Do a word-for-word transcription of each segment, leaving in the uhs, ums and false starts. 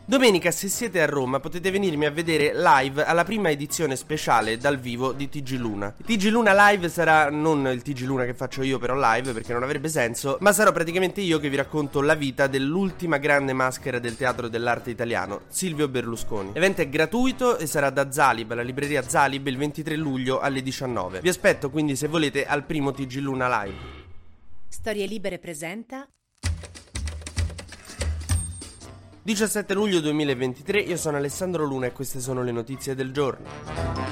Domenica, se siete a Roma, potete venirmi a vedere live alla prima edizione speciale dal vivo di T G Luna. Il T G Luna Live sarà non il T G Luna che faccio io però live, perché non avrebbe senso, ma sarò praticamente io che vi racconto la vita dell'ultima grande maschera del teatro dell'arte italiano, Silvio Berlusconi. L'evento è gratuito e sarà da Zalib, alla libreria Zalib, il ventitré luglio alle diciannove. Vi aspetto quindi, se volete, al primo T G Luna Live. Storie Libere presenta diciassette luglio duemilaventitré, io sono Alessandro Luna e queste sono le notizie del giorno.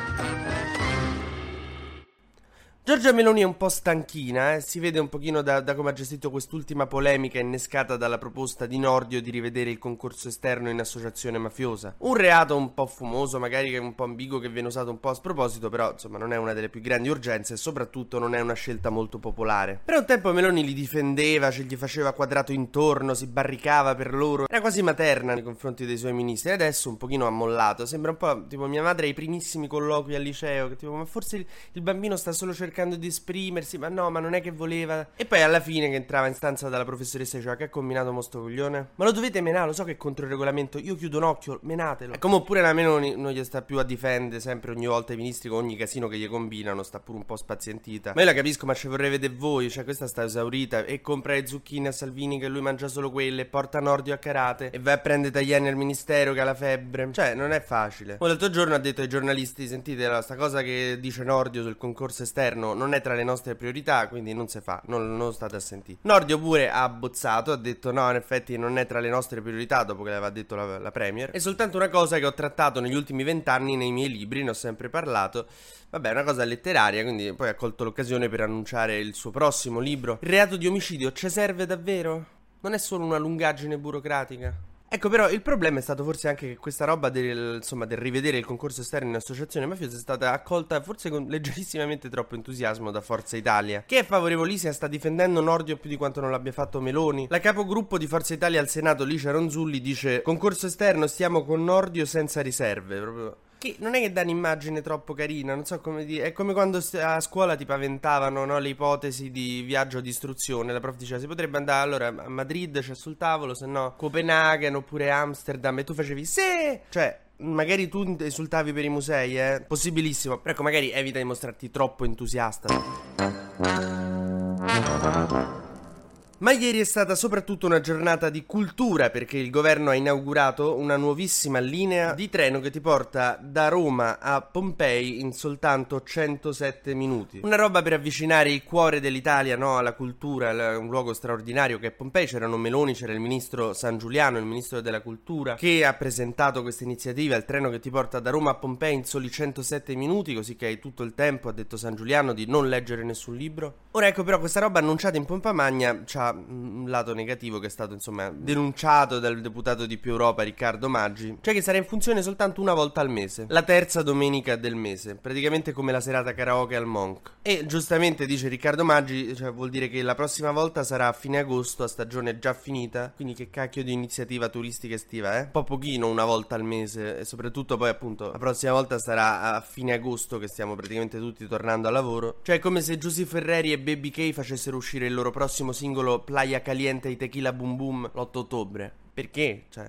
Giorgia Meloni è un po' stanchina, eh? Si vede un pochino da, da come ha gestito quest'ultima polemica innescata dalla proposta di Nordio di rivedere il concorso esterno in associazione mafiosa. Un reato un po' fumoso, magari che è un po' ambiguo, che viene usato un po' a sproposito, però insomma non è una delle più grandi urgenze e soprattutto non è una scelta molto popolare. Per un tempo Meloni li difendeva, ce gli faceva quadrato intorno, si barricava per loro, era quasi materna nei confronti dei suoi ministri. Adesso un pochino ha mollato, sembra un po' tipo mia madre ai primissimi colloqui al liceo, che tipo ma forse il, il bambino sta solo cercando cercando di esprimersi, ma no, ma non è che voleva. E poi alla fine che entrava in stanza dalla professoressa diceva: che ha combinato mo sto coglione? Ma lo dovete menare, lo so che è contro il regolamento, io chiudo un occhio, menatelo. E come oppure la Meloni non gli sta più a difendere sempre ogni volta i ministri con ogni casino che gli combinano, sta pure un po' spazientita. Ma io la capisco, ma ci vorrei vedere voi, cioè questa sta esaurita, e compra le zucchine a Salvini che lui mangia solo quelle, porta Nordio a karate e va a prendere Tajani al ministero che ha la febbre. Cioè non è facile. Poi l'altro giorno ha detto ai giornalisti: sentite, sta cosa che dice Nordio sul concorso esterno non è tra le nostre priorità, quindi non si fa, non, non state a sentire. Nordio pure ha abbozzato, ha detto no, in effetti non è tra le nostre priorità, dopo che l'aveva detto la, la Premier. È soltanto una cosa che ho trattato negli ultimi vent'anni nei miei libri, ne ho sempre parlato. Vabbè, è una cosa letteraria, quindi poi ha colto l'occasione per annunciare il suo prossimo libro. Il reato di omicidio ci serve davvero? Non è solo una lungaggine burocratica? Ecco, però il problema è stato forse anche che questa roba del, insomma, del rivedere il concorso esterno in associazione mafiosa è stata accolta forse con leggerissimamente troppo entusiasmo da Forza Italia, che è favorevolissima, sta difendendo Nordio più di quanto non l'abbia fatto Meloni. La capogruppo di Forza Italia al Senato, Licia Ronzulli, dice: concorso esterno, stiamo con Nordio senza riserve, proprio. Che non è che dà un'immagine troppo carina, non so come dire. È come quando a scuola ti paventavano, no, le ipotesi di viaggio di istruzione. La prof diceva: si potrebbe andare allora a Madrid, c'è sul tavolo, se no Copenaghen oppure Amsterdam, e tu facevi sì! Cioè, magari tu esultavi per i musei, eh, possibilissimo. Però ecco, magari evita di mostrarti troppo entusiasta. Ma ieri è stata soprattutto una giornata di cultura, perché il governo ha inaugurato una nuovissima linea di treno che ti porta da Roma a Pompei in soltanto centosette minuti. Una roba per avvicinare il cuore dell'Italia, no, alla cultura, un luogo straordinario che è Pompei. C'erano Meloni, c'era il ministro San Giuliano, il ministro della cultura, che ha presentato questa iniziativa, il treno che ti porta da Roma a Pompei in soli centosette minuti, così che hai tutto il tempo, ha detto San Giuliano, di non leggere nessun libro. Ora ecco, però questa roba annunciata in pompa magna c'ha un lato negativo che è stato insomma denunciato dal deputato di Più Europa Riccardo Maggi, cioè che sarà in funzione soltanto una volta al mese, la terza domenica del mese, praticamente come la serata karaoke al Monk. E giustamente dice Riccardo Maggi, cioè vuol dire che la prossima volta sarà a fine agosto, a stagione già finita, quindi che cacchio di iniziativa turistica estiva, eh? Un po' pochino una volta al mese, e soprattutto poi appunto la prossima volta sarà a fine agosto, che stiamo praticamente tutti tornando al lavoro. Cioè è come se Giusy Ferreri e Baby K facessero uscire il loro prossimo singolo Playa Caliente e Tequila Boom Boom l'otto ottobre. Perché? Cioè...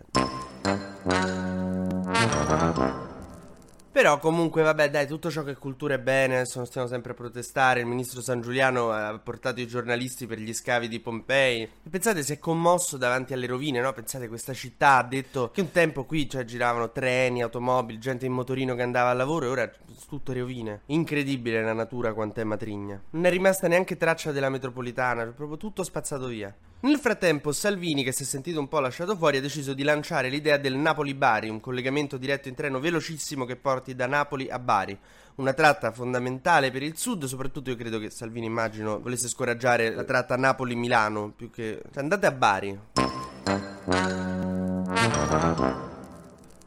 Però comunque vabbè dai, tutto ciò che è cultura è bene, adesso stiamo sempre a protestare. Il ministro San Giuliano ha portato i giornalisti per gli scavi di Pompei e pensate, si è commosso davanti alle rovine, no? Pensate, questa città ha detto che un tempo qui, cioè, giravano treni, automobili, gente in motorino che andava al lavoro, e ora tutto rovine. Incredibile la natura quanto è matrigna. Non è rimasta neanche traccia della metropolitana, cioè proprio tutto spazzato via. Nel frattempo Salvini, che si è sentito un po' lasciato fuori, ha deciso di lanciare l'idea del Napoli-Bari, un collegamento diretto in treno velocissimo che porti da Napoli a Bari. Una tratta fondamentale per il sud, soprattutto io credo che Salvini, immagino, volesse scoraggiare la tratta Napoli-Milano, più che... Cioè, andate a Bari.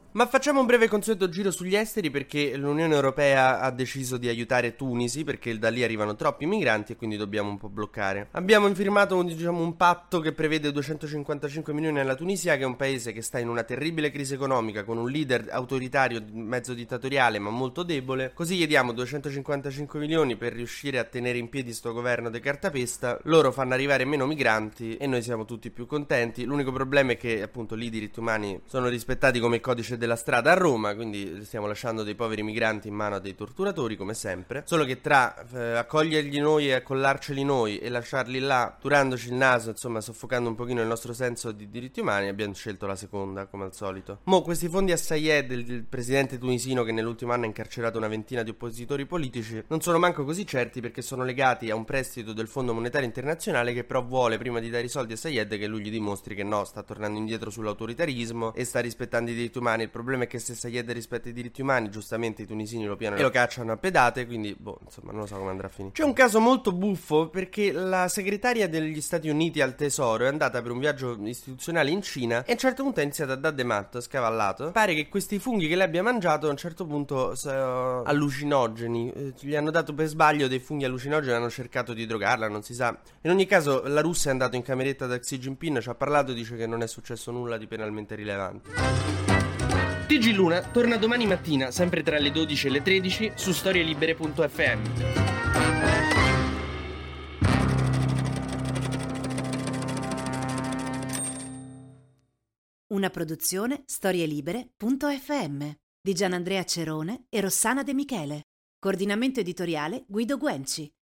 Ma facciamo un breve consueto giro sugli esteri perché l'Unione Europea ha deciso di aiutare Tunisi perché da lì arrivano troppi migranti e quindi dobbiamo un po' bloccare. Abbiamo firmato un, diciamo, un patto che prevede duecentocinquantacinque milioni alla Tunisia, che è un paese che sta in una terribile crisi economica con un leader autoritario mezzo dittatoriale ma molto debole. Così gli diamo duecentocinquantacinque milioni per riuscire a tenere in piedi sto governo de cartapesta. Loro fanno arrivare meno migranti e noi siamo tutti più contenti. L'unico problema è che appunto lì i diritti umani sono rispettati come il codice della strada a Roma, quindi stiamo lasciando dei poveri migranti in mano a dei torturatori come sempre, solo che tra eh, accoglierli noi e accollarceli noi e lasciarli là turandoci il naso, insomma soffocando un pochino il nostro senso di diritti umani, abbiamo scelto la seconda come al solito. Mo questi fondi a Sayed, il, il presidente tunisino che nell'ultimo anno ha incarcerato una ventina di oppositori politici, non sono manco così certi perché sono legati a un prestito del Fondo Monetario Internazionale che però vuole prima di dare i soldi a Sayed che lui gli dimostri che no, sta tornando indietro sull'autoritarismo e sta rispettando i diritti umani. Il problema è che se Sayed rispetta i diritti umani, giustamente i tunisini lo piano e lo cacciano a pedate, quindi boh, insomma, non lo so come andrà a finire. C'è un caso molto buffo perché la segretaria degli Stati Uniti al Tesoro è andata per un viaggio istituzionale in Cina e a un certo punto ha iniziato a dare de matto, scavallato. Pare che questi funghi che lei abbia mangiato a un certo punto sono allucinogeni, eh, gli hanno dato per sbaglio dei funghi allucinogeni, hanno cercato di drogarla, non si sa. In ogni caso la Russia è andata in cameretta da Xi Jinping, ci ha parlato, dice che non è successo nulla di penalmente rilevante. T G Luna torna domani mattina, sempre tra le dodici e le tredici, su storielibere punto effe emme. Una produzione storielibere punto effe emme di Gianandrea Cerone e Rossana De Michele. Coordinamento editoriale Guido Guenci.